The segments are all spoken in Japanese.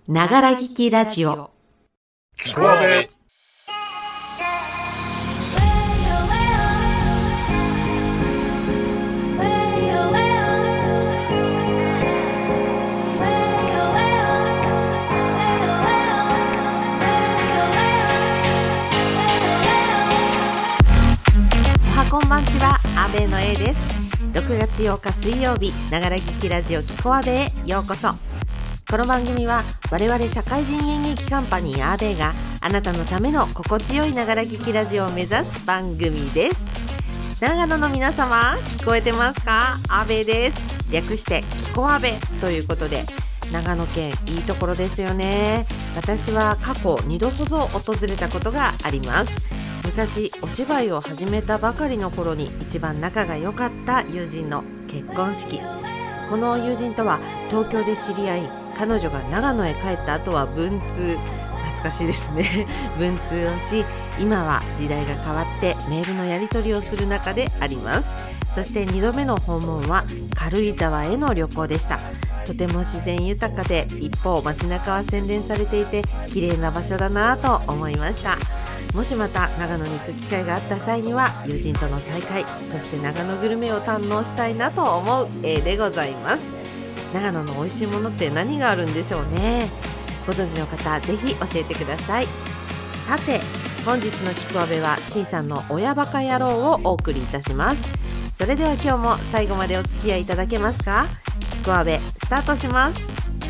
ながら聞きラジオ。 聞こえ。 こんばんちは、阿部の A です。6月8日水曜日、ながら聞きラジオ聞こ阿部へようこそ。この番組は我々社会人演劇カンパニー阿部があなたのための心地よいながら聞きラジオを目指す番組です。長野の皆様、聞こえてますか？阿部です。略して聞こ阿部ということで、長野県いいところですよね。私は過去2度ほど訪れたことがあります。昔お芝居を始めたばかりの頃に一番仲が良かった友人の結婚式。この友人とは東京で知り合い、彼女が長野へ帰った後は文通、懐かしいですね文通をし、今は時代が変わってメールのやり取りをする中であります。そして2度目の訪問は軽井沢への旅行でした。とても自然豊かで、一方街中は洗練されていて綺麗な場所だなと思いました。もしまた長野に行く機会があった際には、友人との再会、そして長野グルメを堪能したいなと思う A でございます。長野の美味しいものって何があるんでしょうね。ご存知の方、ぜひ教えてください。さて、本日の聞く阿部は C さんの親バカ野郎をお送りいたします。それでは今日も最後までお付き合いいただけますか？聞く阿部スタートします。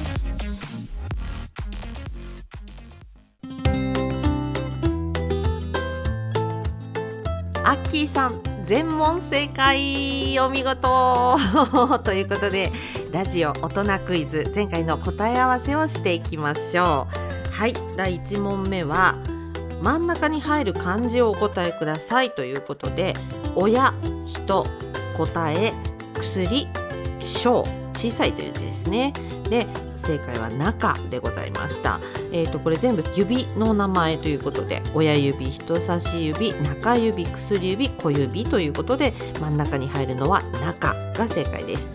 アッキーさん、全問正解、お見事ということで、ラジオ大人クイズ、前回の答え合わせをしていきましょう。はい、第1問目は真ん中に入る漢字をお答えくださいということで、親、人、答え、薬、小、小さいという字ですね。で、正解は中でございました。これ全部指の名前ということで、親指、人差し指、中指、薬指、小指ということで、真ん中に入るのは中が正解でした。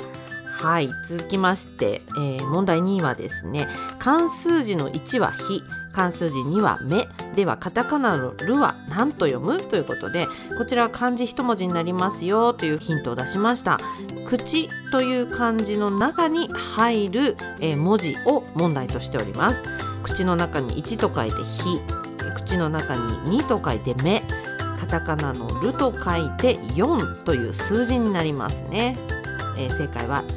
はい、続きまして、問題2はですね、漢数字の1はひ、漢数字2はめでは、カタカナのるは何と読むということで、こちらは漢字一文字になりますよというヒントを出しました。口という漢字の中に入る、文字を問題としております。口の中に1と書いてひ、口の中に2と書いてめ、カタカナのると書いて4という数字になりますね。正解は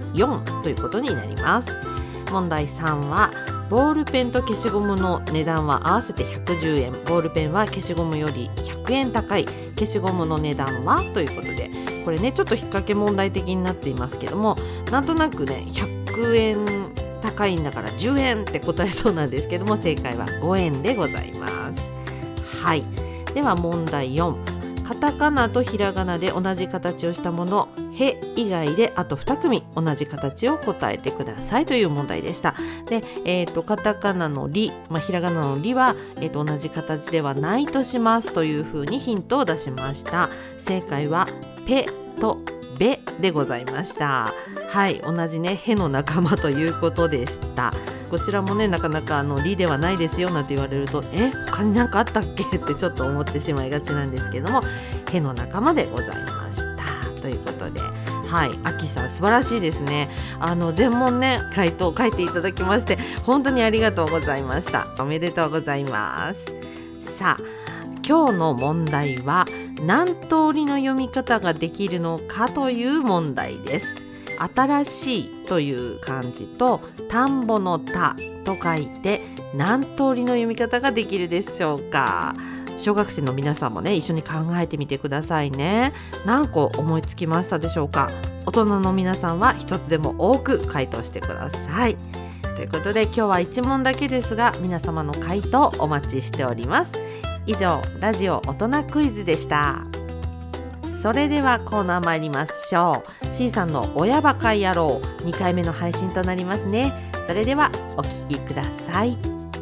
4ということになります。問題3は、ボールペンと消しゴムの値段は合わせて110円。ボールペンは消しゴムより100円高い。消しゴムの値段はということで、これね、ちょっと引っ掛け問題的になっていますけども、なんとなくね、100円高いんだから10円って答えそうなんですけども、正解は5円でございます。はい、では問題4、カタカナとひらがなで同じ形をしたもの、へ以外であと2組同じ形を答えてくださいという問題でした。で、カタカナのり、ひらがなのりは、同じ形ではないとしますというふうにヒントを出しました。正解はペとベでございました。はい、同じね、への仲間ということでした。こちらもね、なかなかりではないですよなんて言われると、他に何かあったっけってちょっと思ってしまいがちなんですけども、への仲間でございましたということで、はい、あきさん素晴らしいですね。全問ね、回答書いていただきまして本当にありがとうございました。おめでとうございます。さあ、今日の問題は何通りの読み方ができるのかという問題です。新しいという漢字と田んぼの田と書いて何通りの読み方ができるでしょうか。小学生の皆さんもね、一緒に考えてみてくださいね。何個思いつきましたでしょうか。大人の皆さんは一つでも多く回答してください。ということで、今日は1問だけですが、皆様の回答お待ちしております。以上、ラジオ大人クイズでした。それではコーナー参りましょう。 C さんの親バカ野郎、2回目の配信となりますね。それではお聞きください。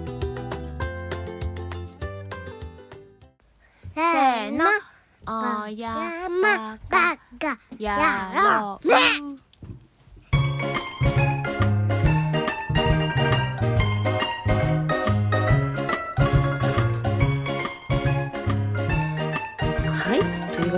せーの、親バカ野郎。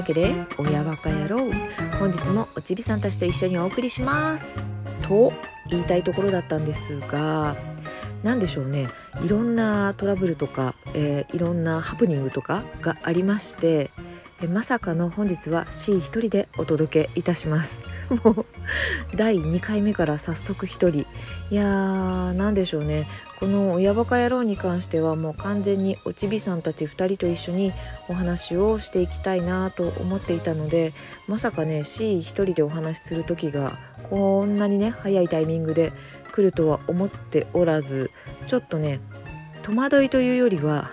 けで親バカ野郎、本日もおちびさんたちと一緒にお送りしますと言いたいところだったんですが、なんでしょうね、いろんなトラブルとか、いろんなハプニングとかがありまして、まさかの本日は C 一人でお届けいたしますもう第2回目から早速一人。いやー、なんでしょうね、この親バカ野郎に関してはもう完全におちびさんたち2人と一緒にお話をしていきたいなと思っていたので、まさかね C 一人でお話しする時がこんなにね早いタイミングで来るとは思っておらず、ちょっとね戸惑いというよりは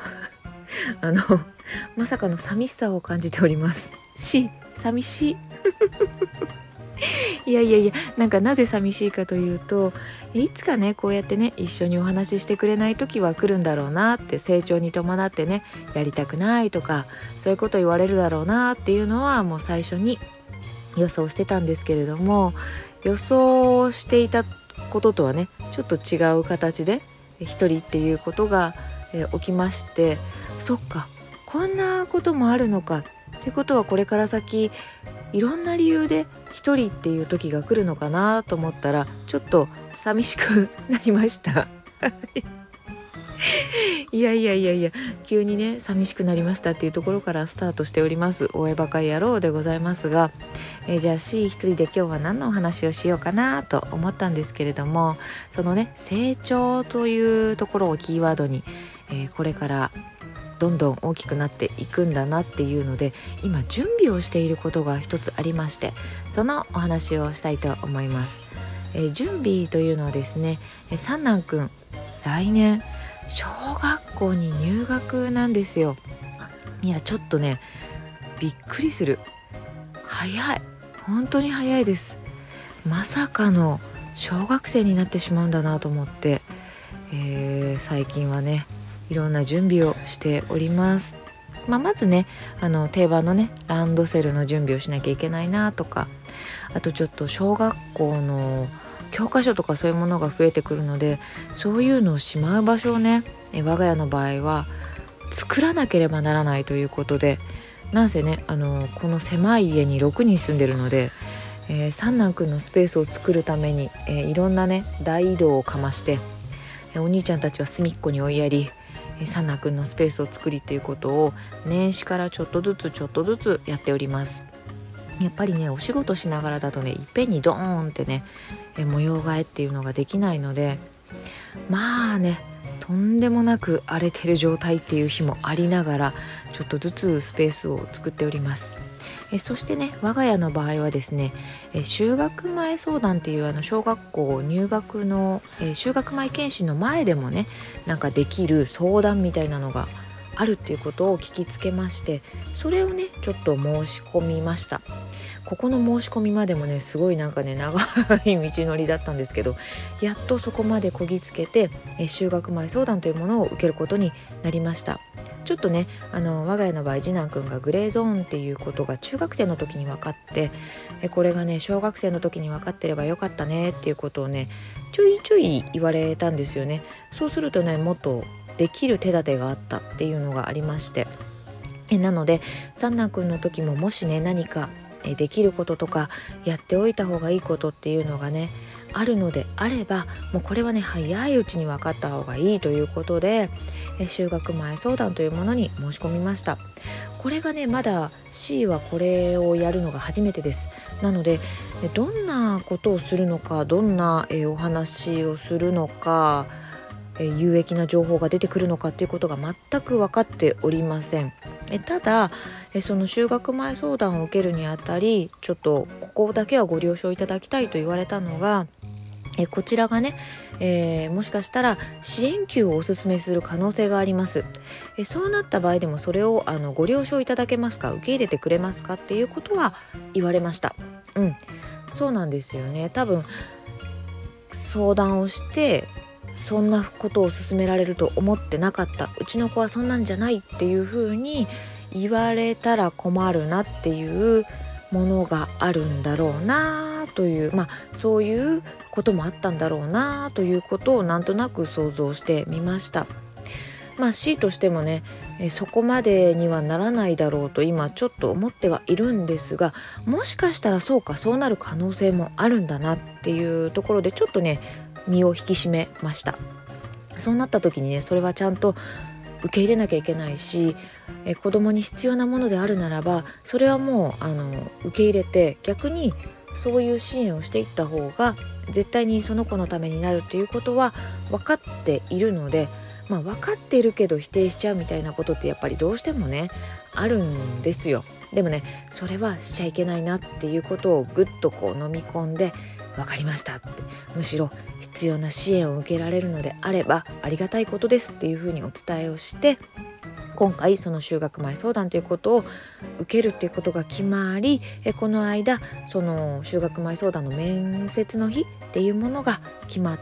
まさかの寂しさを感じております。寂しいいや、なんかなぜ寂しいかというと、いつかねこうやってね一緒にお話ししてくれない時は来るんだろうなって、成長に伴ってねやりたくないとかそういうこと言われるだろうなっていうのはもう最初に予想してたんですけれども、予想していたこととはねちょっと違う形で一人っていうことが起きまして、そっかこんなこともあるのかっていうことは、これから先いろんな理由で一人っていう時が来るのかなと思ったら、ちょっと寂しくなりましたいや急にね寂しくなりましたっていうところからスタートしております親バカ野郎でございますが、じゃあ C 一人で今日は何のお話をしようかなと思ったんですけれども、そのね成長というところをキーワードに、これからどんどん大きくなっていくんだなっていうので、今準備をしていることが一つありまして、そのお話をしたいと思います。準備というのはですね、三男くん来年小学校に入学なんですよ。いやちょっとねびっくりする、早い、本当に早いです。まさかの小学生になってしまうんだなと思って、最近はねいろんな準備をしております。まずね定番のねランドセルの準備をしなきゃいけないなとか、あとちょっと小学校の教科書とかそういうものが増えてくるので、そういうのをしまう場所をね我が家の場合は作らなければならないということで、なんせねこの狭い家に6人住んでるので、三男くんのスペースを作るために、いろんなね大移動をかまして、お兄ちゃんたちは隅っこに追いやり、三男くんのスペースを作りということを年始からちょっとずつやっております。やっぱりねお仕事しながらだとねいっぺんにドーンってね模様替えっていうのができないので、まあねとんでもなく荒れてる状態っていう日もありながら、ちょっとずつスペースを作っております。そしてね我が家の場合はですね、就学前相談っていう小学校入学の、就学前研修の前でもねなんかできる相談みたいなのがあるっていうことを聞きつけまして、それをねちょっと申し込みました。ここの申し込みまでもねすごいなんかね長い道のりだったんですけど、やっとそこまでこぎつけて就学前相談というものを受けることになりました。ちょっとね我が家の場合次男くんがグレーゾーンっていうことが中学生の時に分かって、これがね小学生の時に分かってればよかったねっていうことをねちょい言われたんですよね。そうするとねもっとできる手立てがあったっていうのがありまして、なので三男くんの時ももしね何かできることとかやっておいた方がいいことっていうのがねあるのであれば、もうこれはね早いうちに分かった方がいいということで、就学前相談というものに申し込みました。これがねまだ C はこれをやるのが初めてです。なのでどんなことをするのか、どんなお話をするのか、有益な情報が出てくるのかということが全く分かっておりません。ただその就学前相談を受けるにあたり、ちょっとここだけはご了承いただきたいと言われたのが、こちらがね、もしかしたら支援級をお勧めする可能性があります。そうなった場合でもそれをご了承いただけますか、受け入れてくれますかっていうことは言われました。そうなんですよね。多分相談をしてそんなことを勧められると思ってなかった、うちの子はそんなんじゃないっていうふうに言われたら困るなっていうものがあるんだろうなという、そういうこともあったんだろうなということをなんとなく想像してみました。 C としてもね、そこまでにはならないだろうと今ちょっと思ってはいるんですが、もしかしたらそうなる可能性もあるんだなっていうところでちょっとね身を引き締めました。そうなった時にね、それはちゃんと受け入れなきゃいけないし、子供に必要なものであるならばそれはもう受け入れて、逆にそういう支援をしていった方が絶対にその子のためになるということは分かっているので、分かっているけど否定しちゃうみたいなことってやっぱりどうしてもねあるんですよ。でもね、それはしちゃいけないなっていうことをぐっと飲み込んで、分かりましたって、むしろ必要な支援を受けられるのであればありがたいことですっていうふうにお伝えをして、今回その就学前相談ということを受けるっていうことが決まり、この間その就学前相談の面接の日っていうものが決まって、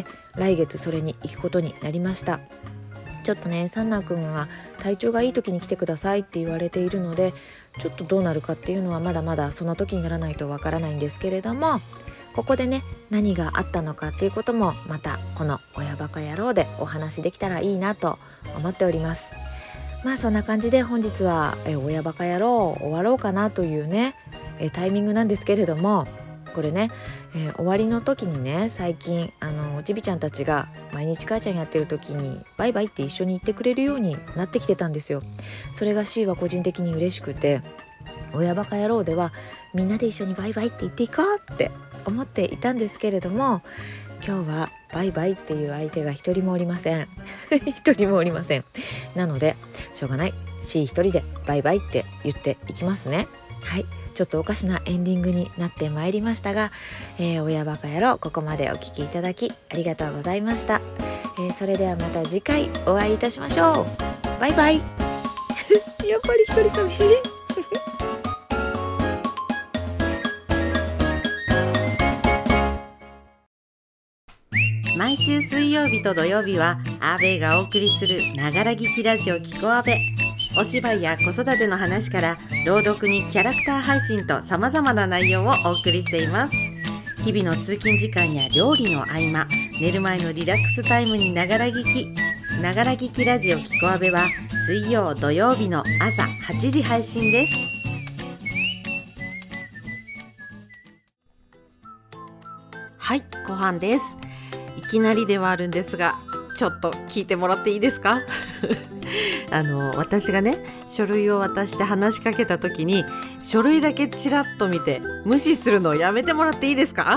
来月それに行くことになりました。ちょっとね、三男くんが体調がいい時に来てくださいって言われているので、ちょっとどうなるかっていうのはまだまだその時にならないとわからないんですけれども、ここでね何があったのかっていうこともまたこの親バカ野郎でお話できたらいいなと思っております。そんな感じで本日は親バカ野郎終わろうかなというねタイミングなんですけれども、これね、終わりの時にね、最近ちびちゃんたちが毎日母ちゃんやってる時にバイバイって一緒に言ってくれるようになってきてたんですよ。それが C は個人的に嬉しくて、親バカ野郎ではみんなで一緒にバイバイって言っていこうって思っていたんですけれども、今日はバイバイっていう相手が一人もおりません一人もおりません。なのでしょうがない、 C 一人でバイバイって言っていきますね。はい、ちょっとおかしなエンディングになってまいりましたが、親バカ野郎ここまでお聞きいただきありがとうございました。それではまた次回お会いいたしましょう。バイバイやっぱり一人寂しい毎週水曜日と土曜日は阿部がお送りするながら聞きラジオキコアベ。お芝居や子育ての話から朗読にキャラクター配信と様々な内容をお送りしています。日々の通勤時間や料理の合間、寝る前のリラックスタイムにながら聞きラジオキコアベは水曜土曜日の朝8時配信です。はい、後半です。いきなりではあるんですが、ちょっと聞いてもらっていいですか私がね書類を渡して話しかけた時に、書類だけチラッと見て無視するのをやめてもらっていいですか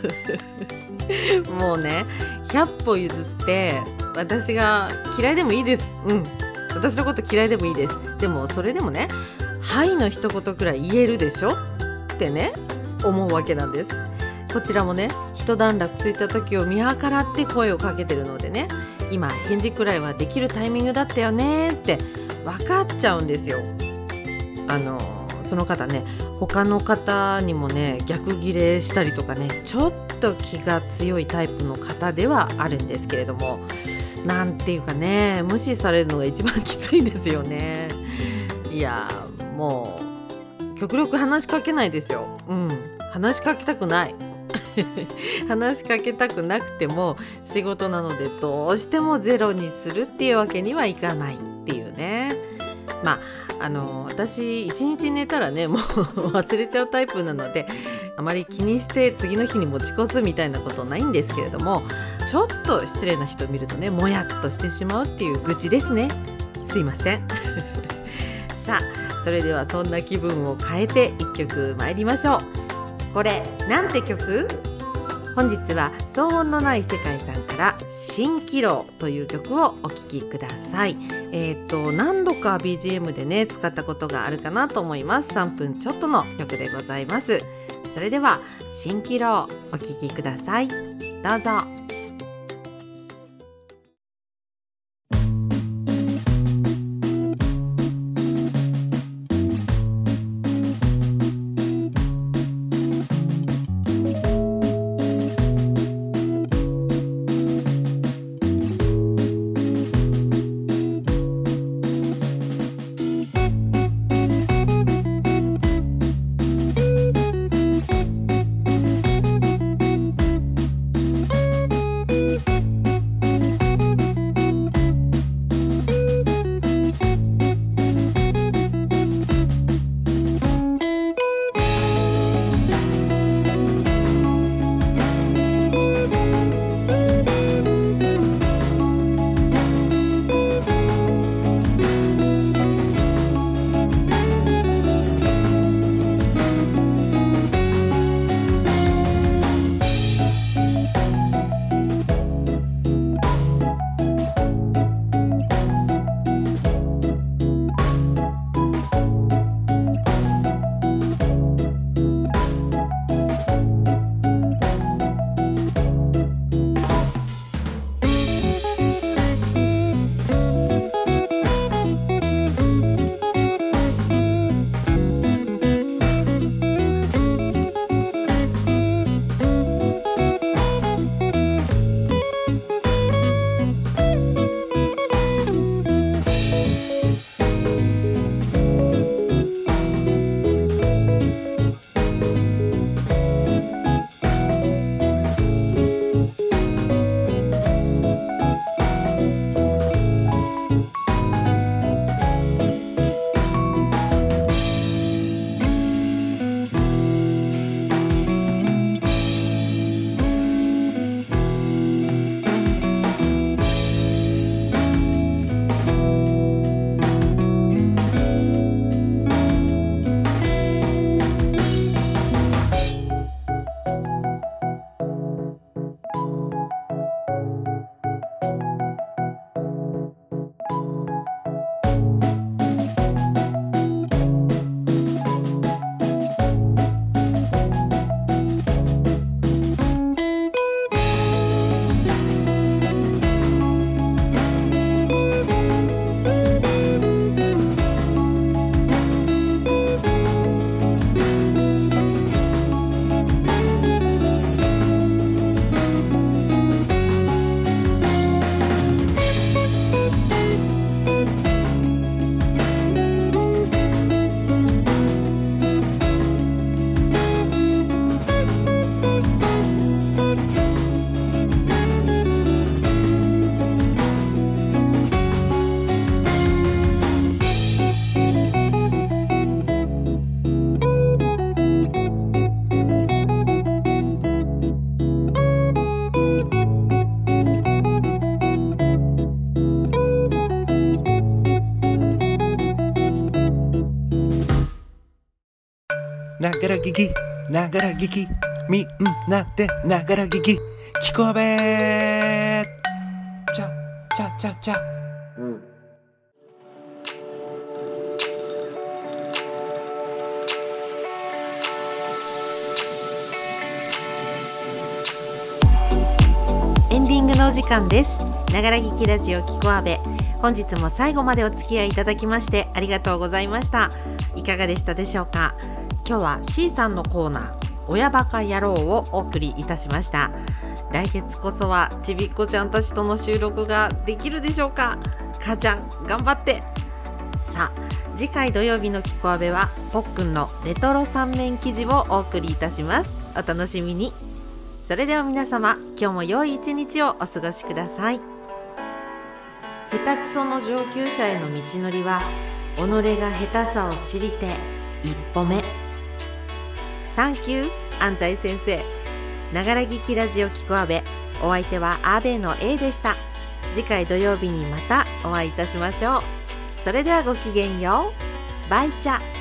もうね100歩譲って私が嫌いでもいいです。私のこと嫌いでもいいです。でもそれでもね、はいの一言くらい言えるでしょってね思うわけなんです。こちらもね一段落ついた時を見計らって声をかけてるのでね、今返事くらいはできるタイミングだったよねって分かっちゃうんですよ。その方ね、他の方にもね逆ギレしたりとかね、ちょっと気が強いタイプの方ではあるんですけれども、なんていうかね、無視されるのが一番きついんですよね。いやもう極力話しかけないですよ。話しかけたくない話しかけたくなくても仕事なのでどうしてもゼロにするっていうわけにはいかないっていうね。私一日寝たらねもう忘れちゃうタイプなので、あまり気にして次の日に持ち越すみたいなことないんですけれども、ちょっと失礼な人を見るとねもやっとしてしまうっていう愚痴ですね。すいませんさあ、それではそんな気分を変えて一曲参りましょう。これなんて曲？本日は騒音のない世界さんから蜃気楼という曲をお聴きください。何度か BGM でね使ったことがあるかなと思います。3分ちょっとの曲でございます。それでは蜃気楼お聴きください。どうぞ。 ながら聞きながら聞きみんなでながら聞き聞こえべちゃちゃちゃちゃ。 エンディングのお時間です。ながら聞きラジオキコアベ、本日も最後までお付き合いいただきましてありがとうございました。いかがでしたでしょうか。今日は C さんのコーナー親バカ野郎をお送りいたしました。来月こそはちびっこちゃんたちとの収録ができるでしょうか。母ちゃん頑張って。さあ次回土曜日のキコアベはぽっくんのレトロ三面記事をお送りいたします。お楽しみに。それでは皆様、今日も良い一日をお過ごしください。下手くその上級者への道のりは己が下手さを知りて一歩目。サンキュー安西先生。ながら聞きラジオキコアベ、お相手はアベの A でした。次回土曜日にまたお会いいたしましょう。それではごきげんよう。バイチャ。